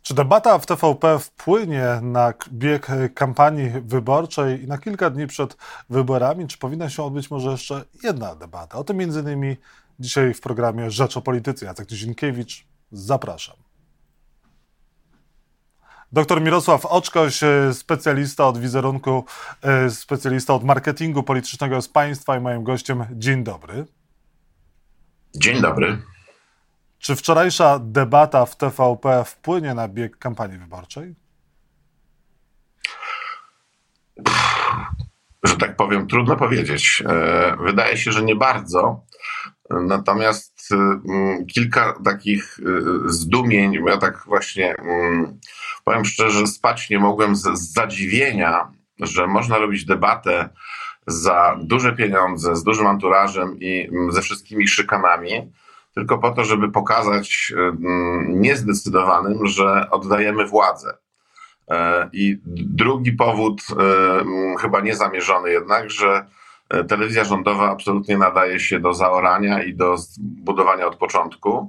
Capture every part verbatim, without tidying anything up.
Czy debata w T V P wpłynie na k- bieg e, kampanii wyborczej i na kilka dni przed wyborami? Czy powinna się odbyć może jeszcze jedna debata? O tym między innymi dzisiaj w programie Rzecz o Polityce. Jacek Nizinkiewicz, zapraszam. Doktor Mirosław Oczkoś, e, specjalista od wizerunku, e, specjalista od marketingu politycznego z państwa i moim gościem. Dzień dobry. Dzień dobry. Czy wczorajsza debata w T V P wpłynie na bieg kampanii wyborczej? Że tak powiem, trudno powiedzieć. E, Wydaje się, że nie bardzo. Natomiast mm, kilka takich y, zdumień, ja tak właśnie mm, powiem szczerze, spać nie mogłem z, z zadziwienia, że można robić debatę za duże pieniądze, z dużym anturażem i mm, ze wszystkimi szykanami, tylko po to, żeby pokazać mm, niezdecydowanym, że oddajemy władzę. E, I drugi powód, e, m, chyba niezamierzony jednak, że e, telewizja rządowa absolutnie nadaje się do zaorania i do budowania od początku.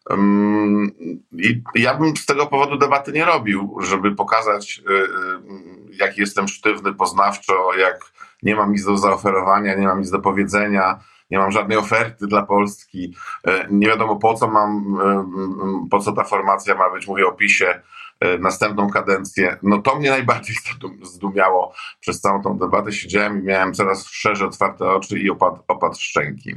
Ym, I ja bym z tego powodu debaty nie robił, żeby pokazać, e, e, jak jestem sztywny poznawczo, jak nie mam nic do zaoferowania, nie mam nic do powiedzenia, nie mam żadnej oferty dla Polski. E, Nie wiadomo po co mam, e, po co ta formacja ma być, mówię o PiSie, e, następną kadencję. No to mnie najbardziej zdum- zdumiało przez całą tą debatę. Siedziałem i miałem coraz szerzej otwarte oczy i opad, opad szczęki.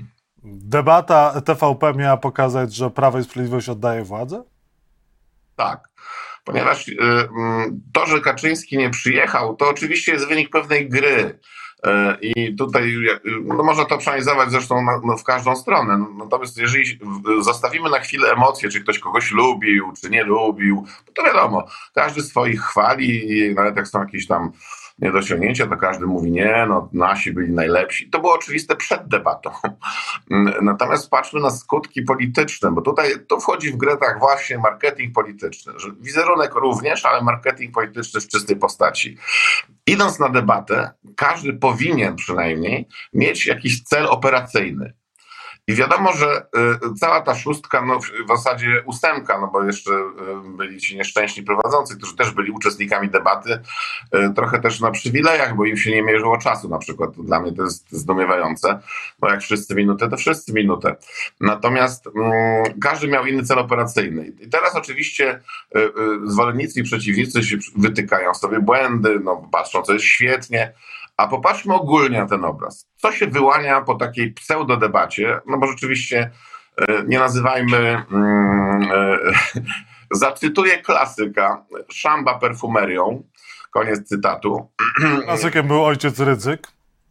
Debata T V P miała pokazać, że Prawo i Sprawiedliwość oddaje władzę? Tak, ponieważ y, mm, to, że Kaczyński nie przyjechał, to oczywiście jest wynik pewnej gry. Y, I tutaj y, no można to przeanalizować zresztą na, no w każdą stronę. Natomiast jeżeli w- zostawimy na chwilę emocje, czy ktoś kogoś lubił, czy nie lubił, bo to wiadomo, każdy swoich chwali i nawet jak są jakieś tam niedociągnięcia, to każdy mówi nie, no nasi byli najlepsi. To było oczywiste przed debatą. Natomiast patrzmy na skutki polityczne, bo tutaj to wchodzi w grę tak właśnie marketing polityczny, że wizerunek również, ale marketing polityczny w czystej postaci. Idąc na debatę, każdy powinien przynajmniej mieć jakiś cel operacyjny. I wiadomo, że y, cała ta szóstka, no w w zasadzie ósemka, no bo jeszcze y, byli ci nieszczęśni prowadzący, którzy też byli uczestnikami debaty, y, trochę też na przywilejach, bo im się nie mierzyło czasu na przykład. Dla mnie to jest zdumiewające, bo jak wszyscy minutę, to wszyscy minutę. Natomiast mm, każdy miał inny cel operacyjny. I teraz oczywiście y, y, zwolennicy i przeciwnicy się wytykają sobie błędy, no patrzą, co jest świetnie. A popatrzmy ogólnie na ten obraz. Co się wyłania po takiej pseudodebacie? No bo rzeczywiście e, nie nazywajmy, mm, e, zacytuję klasyka, szamba perfumerią, koniec cytatu. Klasykiem był ojciec Rydzyk.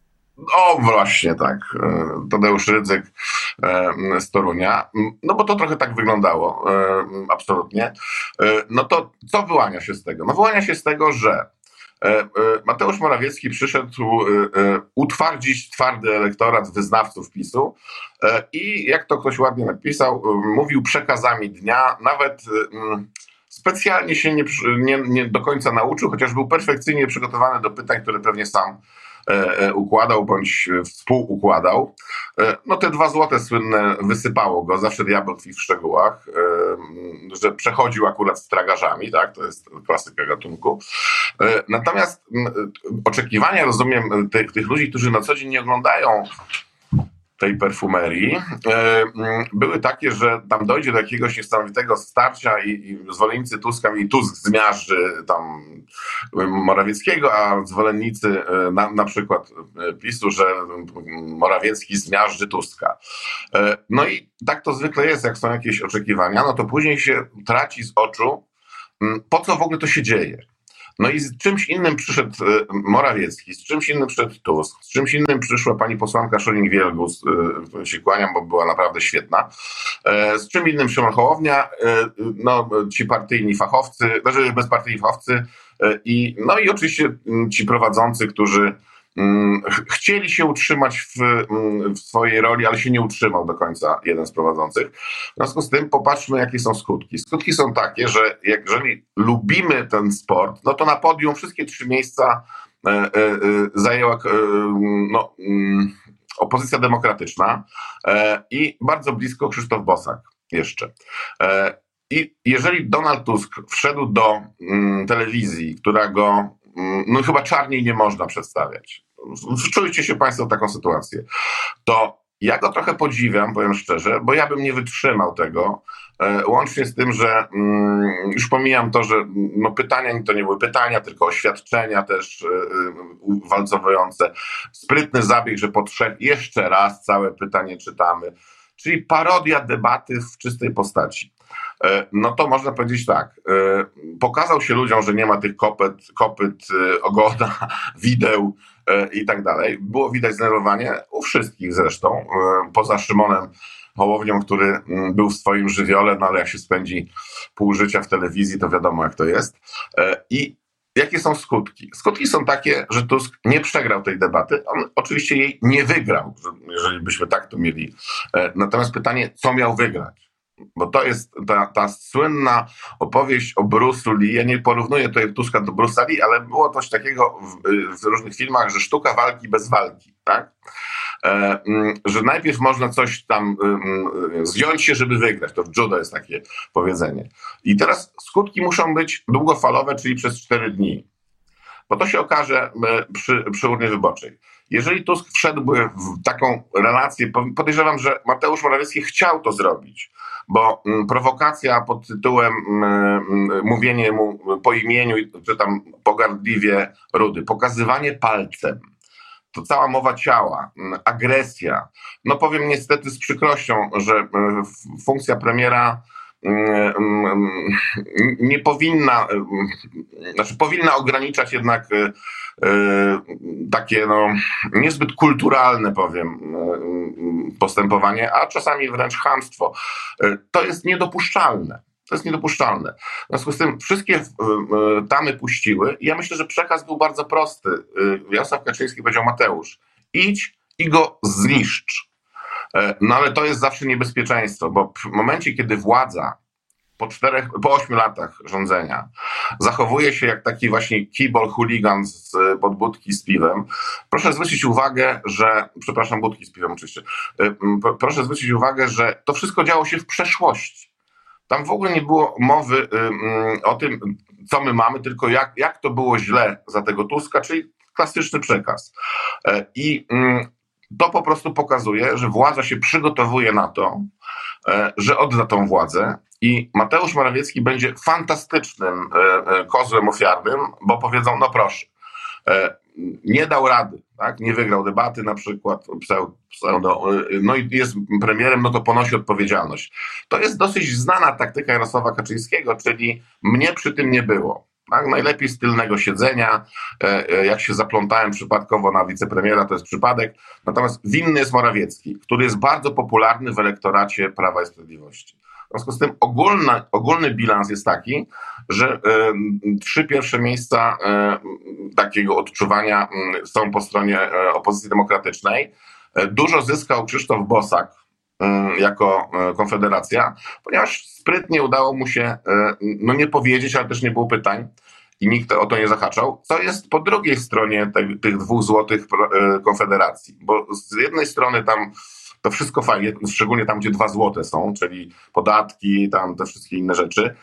O właśnie tak, e, Tadeusz Rydzyk e, z Torunia, no bo to trochę tak wyglądało, e, absolutnie. E, No to co wyłania się z tego? No wyłania się z tego, że E, e, Mateusz Morawiecki przyszedł e, e, utwardzić twardy elektorat wyznawców PiSu e, i jak to ktoś ładnie napisał, e, mówił przekazami dnia, nawet e, mm, specjalnie się nie, przy- nie, nie do końca nauczył, chociaż był perfekcyjnie przygotowany do pytań, które pewnie sam e, e, układał bądź e, współukładał. E, No te dwa złote słynne wysypało go, zawsze diabeł tkwi w szczegółach, e, m, że przechodził akurat z tragarzami, tak, to jest klasyka gatunku. E, Natomiast m, oczekiwania, rozumiem, tych, tych ludzi, którzy na co dzień nie oglądają tej perfumerii, e, m, były takie, że tam dojdzie do jakiegoś niesamowitego starcia i, i zwolennicy Tuska i Tusk zmiażdży tam Morawieckiego, a zwolennicy e, na, na przykład e, PiSu, że Morawiecki zmiażdży Tuska. E, No i tak to zwykle jest, jak są jakieś oczekiwania, no to później się traci z oczu, m, po co w ogóle to się dzieje. No i z czymś innym przyszedł e, Morawiecki, z czymś innym przyszedł Tusk, z czymś innym przyszła pani posłanka Scheuring-Wielgus, e, której się kłaniam, bo była naprawdę świetna. E, Z czym innym Szymon Hołownia, e, no ci partyjni fachowcy, znaczy bezpartyjni fachowcy e, i no i oczywiście m, ci prowadzący, którzy mm, ch- chcieli się utrzymać w, mm, w swojej roli, ale się nie utrzymał do końca jeden z prowadzących. W związku z tym popatrzmy, jakie są skutki. Skutki są takie, że jak- jeżeli lubimy ten sport, no to na podium wszystkie trzy miejsca e, e, e, zajęła e, no, mm, opozycja demokratyczna e, i bardzo blisko Krzysztof Bosak jeszcze. E, I jeżeli Donald Tusk wszedł do mm, telewizji, która go, mm, no chyba czarniej nie można przedstawiać. Wczujcie się Państwo w taką sytuację. To ja go trochę podziwiam, powiem szczerze, bo ja bym nie wytrzymał tego, e, łącznie z tym, że mm, już pomijam to, że no, pytania to nie były pytania, tylko oświadczenia też e, walcowujące. Sprytny zabieg, że po trzech jeszcze raz całe pytanie czytamy. Czyli parodia debaty w czystej postaci. No to można powiedzieć tak, pokazał się ludziom, że nie ma tych kopyt, kopyt ogona, wideł i tak dalej. Było widać zdenerwowanie u wszystkich zresztą, poza Szymonem Hołownią, który był w swoim żywiole, no ale jak się spędzi pół życia w telewizji, to wiadomo jak to jest. I jakie są skutki? Skutki są takie, że Tusk nie przegrał tej debaty. On oczywiście jej nie wygrał, jeżeli byśmy tak to mieli. Natomiast pytanie, co miał wygrać? Bo to jest ta, ta słynna opowieść o Bruce'u Lee. Ja nie porównuję tutaj Tuska do Bruce'a Lee, ale było coś takiego w, w różnych filmach, że sztuka walki bez walki, tak? E, że najpierw można coś tam e, zgiąć się, żeby wygrać. To w judo jest takie powiedzenie. I teraz skutki muszą być długofalowe, czyli przez cztery dni. Bo to się okaże przy, przy urnie wyborczej. Jeżeli Tusk wszedłby w taką relację, podejrzewam, że Mateusz Morawiecki chciał to zrobić, bo prowokacja pod tytułem mówienie mu po imieniu, czy tam pogardliwie Rudy, pokazywanie palcem, to cała mowa ciała, agresja. No powiem niestety z przykrością, że funkcja premiera nie powinna, znaczy powinna ograniczać jednak takie no, niezbyt kulturalne, powiem, postępowanie, a czasami wręcz chamstwo. To jest niedopuszczalne. To jest niedopuszczalne. W związku z tym wszystkie tamy puściły i ja myślę, że przekaz był bardzo prosty. Jarosław Kaczyński powiedział: Mateusz, idź i go zniszcz. No ale to jest zawsze niebezpieczeństwo, bo w momencie, kiedy władza po czterech, po ośmiu latach rządzenia zachowuje się jak taki właśnie kibol chuligan z pod budki z piwem, proszę zwrócić uwagę, że, przepraszam, budki z piwem oczywiście, proszę zwrócić uwagę, że to wszystko działo się w przeszłości. Tam w ogóle nie było mowy o tym, co my mamy, tylko jak, jak to było źle za tego Tuska, czyli klasyczny przekaz. I to po prostu pokazuje, że władza się przygotowuje na to, że odda tą władzę i Mateusz Morawiecki będzie fantastycznym kozłem ofiarnym, bo powiedzą: no proszę, nie dał rady, tak? Nie wygrał debaty na przykład, pseudo, no i jest premierem, no to ponosi odpowiedzialność. To jest dosyć znana taktyka Jarosława Kaczyńskiego, czyli mnie przy tym nie było. Tak? Najlepiej z tylnego siedzenia, jak się zaplątałem przypadkowo na wicepremiera, to jest przypadek. Natomiast winny jest Morawiecki, który jest bardzo popularny w elektoracie Prawa i Sprawiedliwości. W związku z tym ogólna, ogólny bilans jest taki, że y, trzy pierwsze miejsca y, takiego odczuwania y, są po stronie y, opozycji demokratycznej. Y, dużo zyskał Krzysztof Bosak y, jako y, Konfederacja, ponieważ sprytnie udało mu się y, no nie powiedzieć, ale też nie było pytań i nikt o to nie zahaczał, co jest po drugiej stronie te, tych dwóch złotych y, Konfederacji. Bo z jednej strony tam to wszystko fajnie, szczególnie tam, gdzie dwa złote są, czyli podatki, tam te wszystkie inne rzeczy.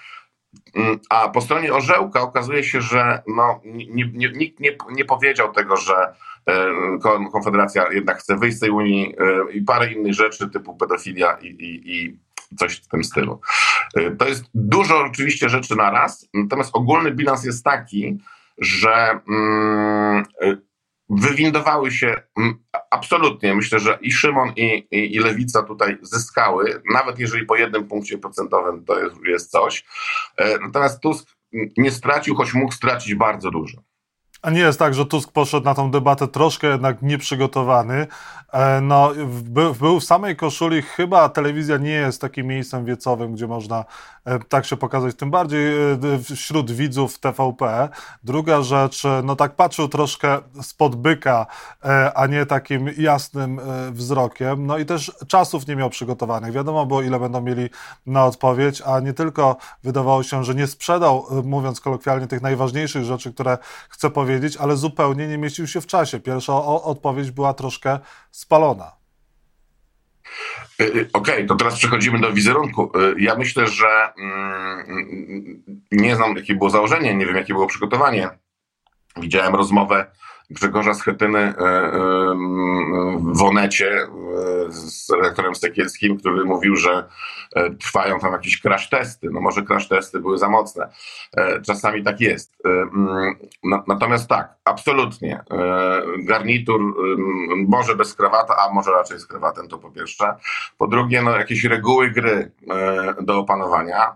A po stronie orzełka okazuje się, że no, nie, nie, nikt nie, nie powiedział tego, że Konfederacja jednak chce wyjść z tej Unii i parę innych rzeczy typu pedofilia i, i, i coś w tym stylu. To jest dużo oczywiście rzeczy na raz, natomiast ogólny bilans jest taki, że mm, wywindowały się absolutnie. Myślę, że i Szymon, i, i, i Lewica tutaj zyskały, nawet jeżeli po jednym punkcie procentowym to jest, jest coś. Natomiast Tusk nie stracił, choć mógł stracić bardzo dużo. A nie jest tak, że Tusk poszedł na tą debatę troszkę jednak nieprzygotowany. No, był, był w samej koszuli, chyba telewizja nie jest takim miejscem wiecowym, gdzie można tak się pokazać, tym bardziej wśród widzów T V P. Druga rzecz, no tak patrzył troszkę spod byka, a nie takim jasnym wzrokiem. No i też czasów nie miał przygotowanych. Wiadomo było, ile będą mieli na odpowiedź, a nie tylko wydawało się, że nie sprzedał, mówiąc kolokwialnie, tych najważniejszych rzeczy, które chce powiedzieć, ale zupełnie nie mieścił się w czasie. Pierwsza o- odpowiedź była troszkę spalona. Okej, okay, to teraz przechodzimy do wizerunku. Ja myślę, że mm, nie znam, jakie było założenie, nie wiem, jakie było przygotowanie. Widziałem rozmowę Grzegorza Schetyny w Onecie z redaktorem Sekielskim, który mówił, że trwają tam jakieś crash testy. No może crash testy były za mocne. Czasami tak jest. Natomiast tak, absolutnie. Garnitur może bez krawata, a może raczej z krawatem, to po pierwsze. Po drugie, no jakieś reguły gry do opanowania.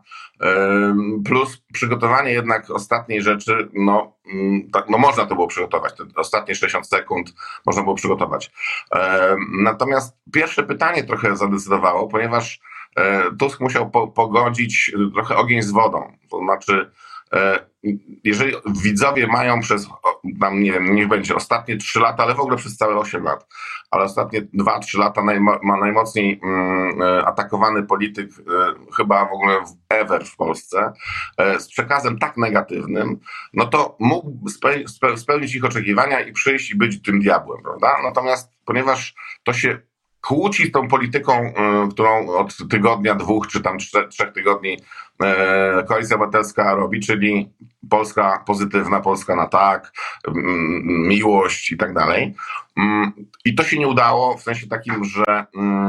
Plus przygotowanie jednak ostatniej rzeczy, no, tak, no można to było przygotować. Te ostatnie sześćdziesiąt sekund można było przygotować. Natomiast pierwsze pytanie trochę zadecydowało, ponieważ Tusk musiał po, pogodzić trochę ogień z wodą. To znaczy, jeżeli widzowie mają przez, tam nie wiem, niech będzie ostatnie trzy lata, ale w ogóle przez całe osiem lat, ale ostatnie dwa trzy lata najmo, ma najmocniej mm, atakowany polityk y, chyba w ogóle ever w Polsce, y, z przekazem tak negatywnym, no to mógł spe, spe, spełnić ich oczekiwania i przyjść i być tym diabłem, prawda? Natomiast ponieważ to się kłóci z tą polityką, y, którą od tygodnia, dwóch czy tam trzech, trzech tygodni y, Koalicja Obywatelska robi, czyli Polska pozytywna, Polska na tak, y, miłość i tak dalej. Y, I to się nie udało w sensie takim, że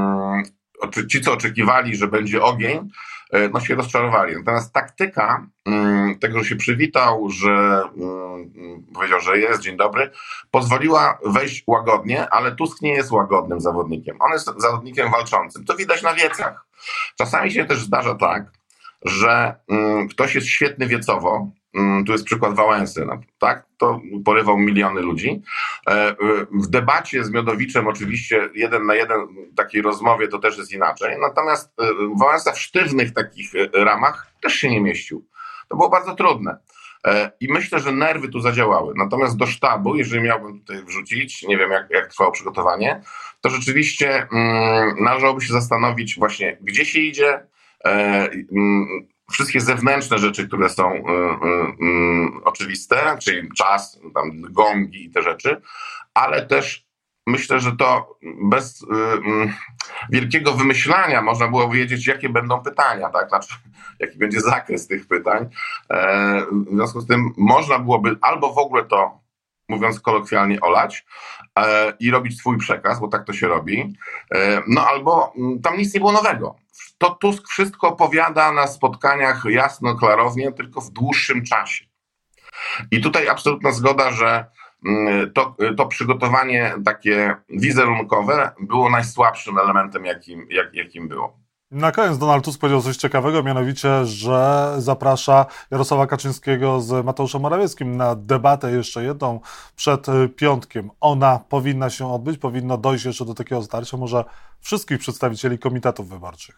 y, ci, co oczekiwali, że będzie ogień, y, no się rozczarowali. Natomiast taktyka y, tego, że się przywitał, że y, powiedział, że jest, dzień dobry, pozwoliła wejść łagodnie, ale Tusk nie jest łagodnym zawodnikiem. On jest zawodnikiem walczącym. To widać na wiecach. Czasami się też zdarza tak, że y, ktoś jest świetny wiecowo, y, tu jest przykład Wałęsy, no, tak? To porywał miliony ludzi. E, y, w debacie z Miodowiczem oczywiście jeden na jeden w takiej rozmowie to też jest inaczej, natomiast y, Wałęsa w sztywnych takich y, ramach też się nie mieścił. To było bardzo trudne. I myślę, że nerwy tu zadziałały. Natomiast do sztabu, jeżeli miałbym tutaj wrzucić, nie wiem jak, jak trwało przygotowanie, to rzeczywiście mm, należałoby się zastanowić właśnie, gdzie się idzie, e, mm, wszystkie zewnętrzne rzeczy, które są y, y, y, oczywiste, czyli czas, tam gongi i te rzeczy, ale też myślę, że to bez y, y, wielkiego wymyślania można było wiedzieć, jakie będą pytania, tak? Znaczy, jaki będzie zakres tych pytań. E, w związku z tym można byłoby albo w ogóle to, mówiąc kolokwialnie, olać e, i robić swój przekaz, bo tak to się robi, e, no albo m, tam nic nie było nowego. To Tusk wszystko opowiada na spotkaniach jasno, klarownie, tylko w dłuższym czasie. I tutaj absolutna zgoda, że To, to przygotowanie takie wizerunkowe było najsłabszym elementem, jakim, jak, jakim było. Na koniec Donald Tusk powiedział coś ciekawego, mianowicie, że zaprasza Jarosława Kaczyńskiego z Mateuszem Morawieckim na debatę jeszcze jedną przed piątkiem. Ona powinna się odbyć, powinno dojść jeszcze do takiego starcia może wszystkich przedstawicieli komitetów wyborczych.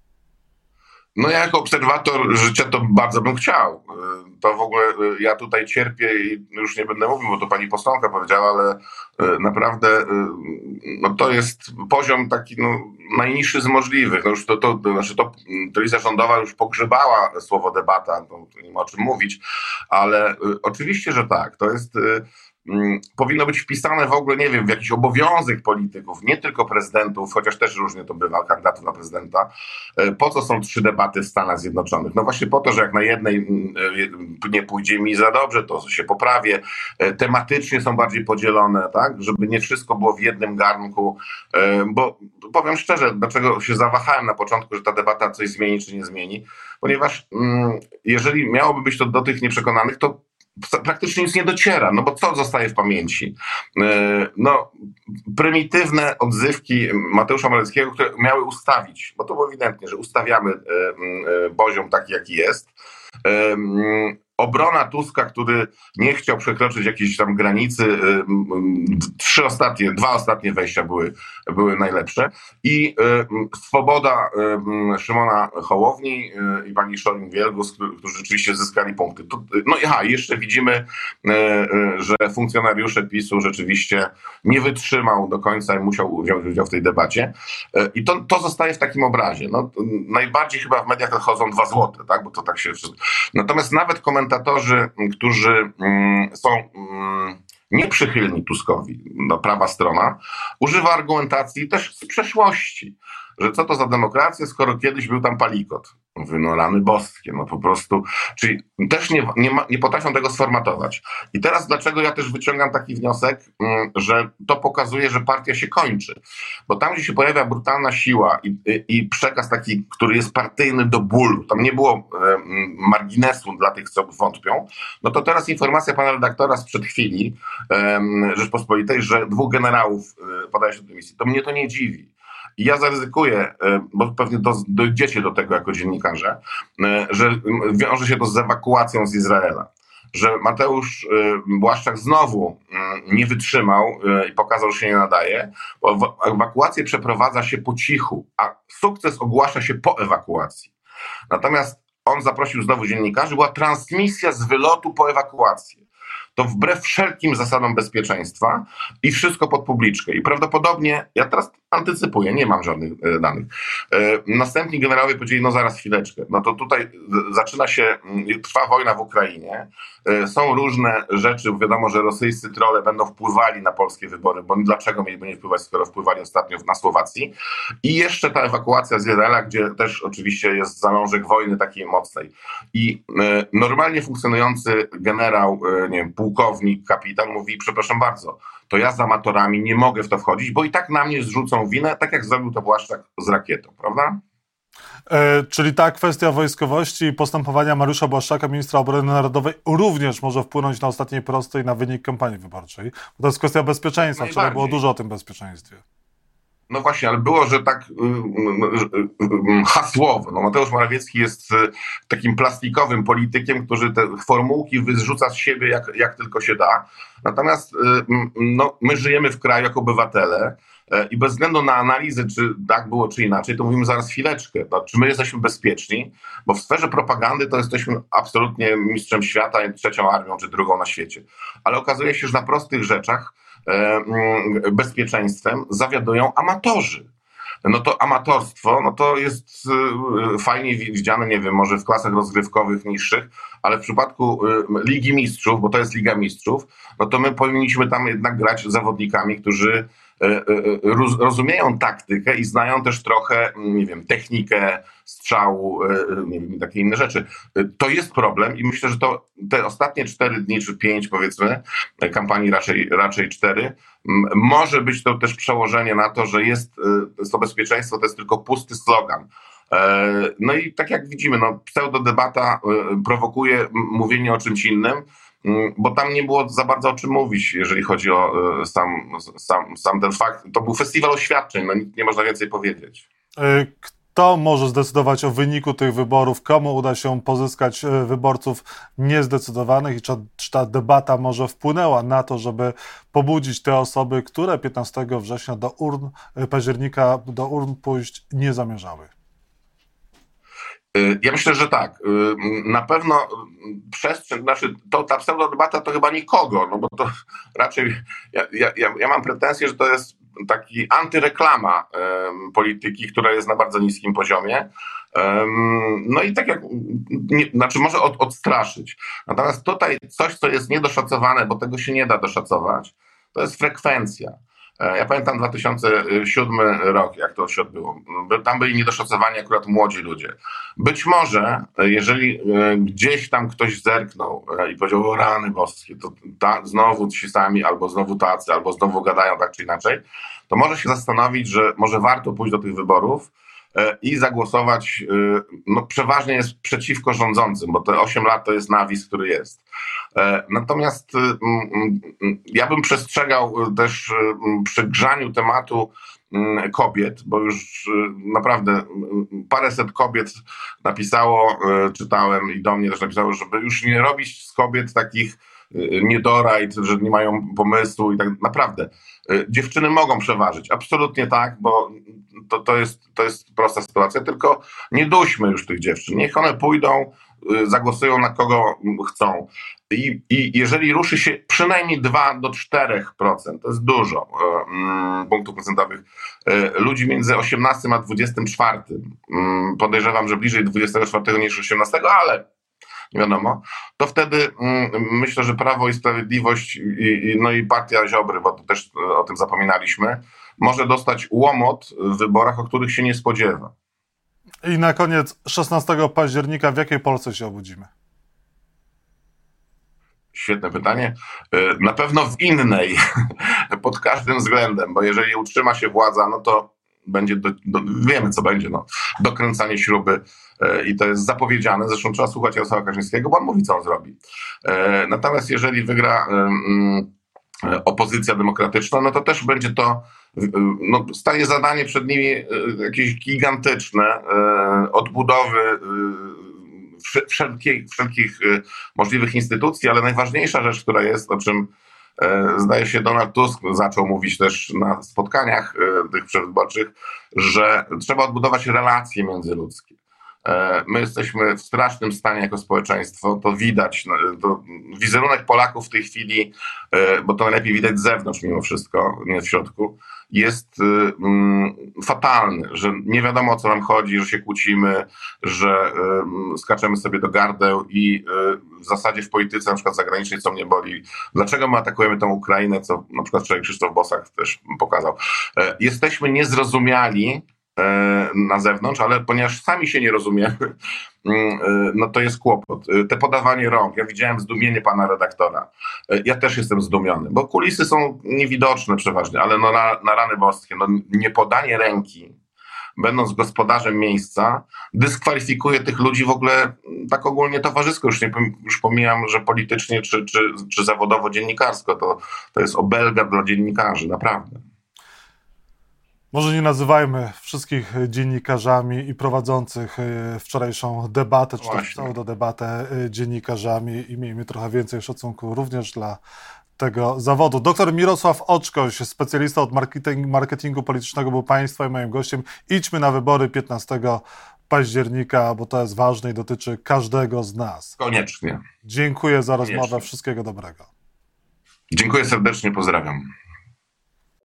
No ja jako obserwator życia to bardzo bym chciał. To w ogóle ja tutaj cierpię i już nie będę mówił, bo to pani posłanka powiedziała, ale naprawdę no to jest poziom taki no, najniższy z możliwych. No już to, to, to znaczy to telewizja rządowa już pogrzebała słowo debata, to nie ma o czym mówić, ale oczywiście, że tak. To jest powinno być wpisane w ogóle, nie wiem, w jakiś obowiązek polityków, nie tylko prezydentów, chociaż też różnie to bywa, kandydatów na prezydenta. Po co są trzy debaty w Stanach Zjednoczonych? No właśnie po to, że jak na jednej nie pójdzie mi za dobrze, to się poprawię. Tematycznie są bardziej podzielone, tak? Żeby nie wszystko było w jednym garnku, bo powiem szczerze, dlaczego się zawahałem na początku, że ta debata coś zmieni czy nie zmieni, ponieważ jeżeli miałoby być to do tych nieprzekonanych, to praktycznie nic nie dociera, no bo co zostaje w pamięci? No, prymitywne odzywki Mateusza Morawieckiego, które miały ustawić, bo to było ewidentnie, że ustawiamy poziom taki, jaki jest. Obrona Tuska, który nie chciał przekroczyć jakiejś tam granicy, trzy ostatnie, dwa ostatnie wejścia były, były najlepsze i swoboda Szymona Hołowni i pani Scheuring-Wielgus, którzy rzeczywiście zyskali punkty. No i aha, jeszcze widzimy, że funkcjonariusze PiSu rzeczywiście nie wytrzymał do końca i musiał wziąć udział w tej debacie i to, to zostaje w takim obrazie. No, najbardziej chyba w mediach chodzą dwa złote, tak? Bo to tak się... Natomiast nawet komentatorzy, którzy mm, są mm, nieprzychylni Tuskowi, no, prawa strona, używa argumentacji też z przeszłości, że co to za demokracja, skoro kiedyś był tam Palikot. Mówię, no rany boskie, no po prostu, czyli też nie, nie, ma, nie potrafią tego sformatować. I teraz dlaczego ja też wyciągam taki wniosek, że to pokazuje, że partia się kończy. Bo tam, gdzie się pojawia brutalna siła i, i, i przekaz taki, który jest partyjny do bólu, tam nie było e, marginesu dla tych, co wątpią, no to teraz informacja pana redaktora sprzed chwili e, Rzeczpospolitej, że dwóch generałów e, podaje się do dymisji, to mnie to nie dziwi. I ja zaryzykuję, bo pewnie do, dojdziecie do tego jako dziennikarze, że wiąże się to z ewakuacją z Izraela. Że Mateusz Błaszczak znowu nie wytrzymał i pokazał, że się nie nadaje, bo ewakuację przeprowadza się po cichu, a sukces ogłasza się po ewakuacji. Natomiast on zaprosił znowu dziennikarzy, była transmisja z wylotu po ewakuacji. To wbrew wszelkim zasadom bezpieczeństwa i wszystko pod publiczkę. I prawdopodobnie, ja teraz antycypuję, nie mam żadnych e, danych, e, następni generałowie powiedzieli, no zaraz chwileczkę, no to tutaj zaczyna się, trwa wojna w Ukrainie, e, są różne rzeczy, wiadomo, że rosyjscy trolle będą wpływali na polskie wybory, bo dlaczego mieliby nie wpływać, skoro wpływali ostatnio na Słowacji. I jeszcze ta ewakuacja z Izraela, gdzie też oczywiście jest zalążek wojny takiej mocnej. I e, normalnie funkcjonujący generał, e, nie wiem, pułkownik, kapitan mówi, przepraszam bardzo, to ja z amatorami nie mogę w to wchodzić, bo i tak na mnie zrzucą winę, tak jak zrobił to Błaszczak z rakietą, prawda? E, czyli ta kwestia wojskowości i postępowania Mariusza Błaszczaka, ministra obrony narodowej, również może wpłynąć na ostatniej prostej na wynik kampanii wyborczej. Bo to jest kwestia bezpieczeństwa. Wczoraj było dużo o tym bezpieczeństwie. No właśnie, ale było, że tak hasłowo. No Mateusz Morawiecki jest takim plastikowym politykiem, który te formułki wyrzuca z siebie jak, jak tylko się da. Natomiast no, my żyjemy w kraju jako obywatele i bez względu na analizy, czy tak było, czy inaczej, to mówimy zaraz chwileczkę. No, czy my jesteśmy bezpieczni? Bo w sferze propagandy to jesteśmy absolutnie mistrzem świata, trzecią armią, czy drugą na świecie. Ale okazuje się, że na prostych rzeczach bezpieczeństwem zawiadują amatorzy. No to amatorstwo, no to jest fajnie widziane, nie wiem, może w klasach rozgrywkowych niższych, ale w przypadku Ligi Mistrzów, bo to jest Liga Mistrzów, no to my powinniśmy tam jednak grać z zawodnikami, którzy rozumieją taktykę i znają też trochę, nie wiem, technikę strzału, nie wiem, takie inne rzeczy. To jest problem i myślę, że to te ostatnie cztery dni, czy pięć powiedzmy, kampanii raczej, raczej cztery, może być to też przełożenie na to, że jest to bezpieczeństwo, to jest tylko pusty slogan. No i tak jak widzimy, no, pseudodebata prowokuje mówienie o czymś innym, bo tam nie było za bardzo o czym mówić, jeżeli chodzi o sam, sam, sam ten fakt. To był festiwal oświadczeń, no nie można więcej powiedzieć. Kto może zdecydować o wyniku tych wyborów? Komu uda się pozyskać wyborców niezdecydowanych? I czy, czy ta debata może wpłynęła na to, żeby pobudzić te osoby, które piętnastego września do urn, października do urn pójść nie zamierzały? Ja myślę, że tak. Na pewno przestrzeń, znaczy to, ta pseudodebata to chyba nikogo, no bo to raczej ja, ja, ja mam pretensję, że to jest taki antyreklama um, polityki, która jest na bardzo niskim poziomie. Um, no i tak jak, nie, znaczy może od, odstraszyć. Natomiast tutaj coś, co jest niedoszacowane, bo tego się nie da doszacować, to jest frekwencja. Ja pamiętam dwa tysiące siódmy rok, jak to się odbyło. Tam byli niedoszacowani akurat młodzi ludzie. Być może, jeżeli gdzieś tam ktoś zerknął i powiedział, o rany boskie, to ta, znowu ci sami, albo znowu tacy, albo znowu gadają tak czy inaczej, to może się zastanowić, że może warto pójść do tych wyborów i zagłosować, no przeważnie jest przeciwko rządzącym, bo te osiem lat to jest nawis, który jest. Natomiast ja bym przestrzegał też przy grzaniu tematu kobiet, bo już naprawdę paręset kobiet napisało, czytałem i do mnie też napisało, żeby już nie robić z kobiet takich niedorajt, że nie mają pomysłu i tak naprawdę. Dziewczyny mogą przeważyć, absolutnie tak, bo to, to, jest, to jest prosta sytuacja, tylko nie duśmy już tych dziewczyn. Niech one pójdą, zagłosują na kogo chcą. I, i jeżeli ruszy się przynajmniej dwa do czterech procent, to jest dużo um, punktów procentowych, ludzi między osiemnastym a dwudziestym czwartym. Um, podejrzewam, że bliżej dwudziestego czwartego niż osiemnastego, ale nie wiadomo, to wtedy mm, myślę, że Prawo i Sprawiedliwość i, i, no i partia Ziobry, bo to też o tym zapominaliśmy, może dostać łomot w wyborach, o których się nie spodziewa. I na koniec, szesnastego października w jakiej Polsce się obudzimy? Świetne pytanie. Na pewno w innej, pod każdym względem, bo jeżeli utrzyma się władza, no to będzie, do, do, wiemy co będzie, no, dokręcanie śruby i to jest zapowiedziane. Zresztą trzeba słuchać Jarosława Kaczyńskiego, bo on mówi, co on zrobi. Natomiast jeżeli wygra opozycja demokratyczna, no to też będzie to, no, staje zadanie przed nimi jakieś gigantyczne odbudowy wszelkich, wszelkich możliwych instytucji, ale najważniejsza rzecz, która jest, o czym zdaje się Donald Tusk zaczął mówić też na spotkaniach tych przedwyborczych, że trzeba odbudować relacje międzyludzkie. My jesteśmy w strasznym stanie jako społeczeństwo, to widać, to wizerunek Polaków w tej chwili, bo to najlepiej widać z zewnątrz mimo wszystko, nie w środku, jest um, fatalny, że nie wiadomo o co nam chodzi, że się kłócimy, że um, skaczemy sobie do gardeł i um, w zasadzie w polityce na przykład zagranicznej, co mnie boli, dlaczego my atakujemy tę Ukrainę, co na przykład wczoraj Krzysztof Bosak też pokazał. E, jesteśmy niezrozumiali na zewnątrz, ale ponieważ sami się nie rozumiemy, no to jest kłopot. Te podawanie rąk, ja widziałem zdumienie pana redaktora. Ja też jestem zdumiony, bo kulisy są niewidoczne przeważnie, ale no na, na rany boskie, no nie podanie ręki, będąc gospodarzem miejsca, dyskwalifikuje tych ludzi w ogóle tak ogólnie towarzysko. Już, nie, już pomijam, że politycznie czy, czy, czy zawodowo dziennikarsko. To, to jest obelga dla dziennikarzy, naprawdę. Może nie nazywajmy wszystkich dziennikarzami i prowadzących wczorajszą debatę, czy też całą debatę dziennikarzami i miejmy trochę więcej szacunku również dla tego zawodu. Doktor Mirosław Oczkoś, specjalista od marketing, marketingu politycznego, był państwa i moim gościem. Idźmy na wybory piętnastego października, bo to jest ważne i dotyczy każdego z nas. Koniecznie. Dziękuję za rozmowę. Koniecznie. Wszystkiego dobrego. Dziękuję serdecznie, pozdrawiam.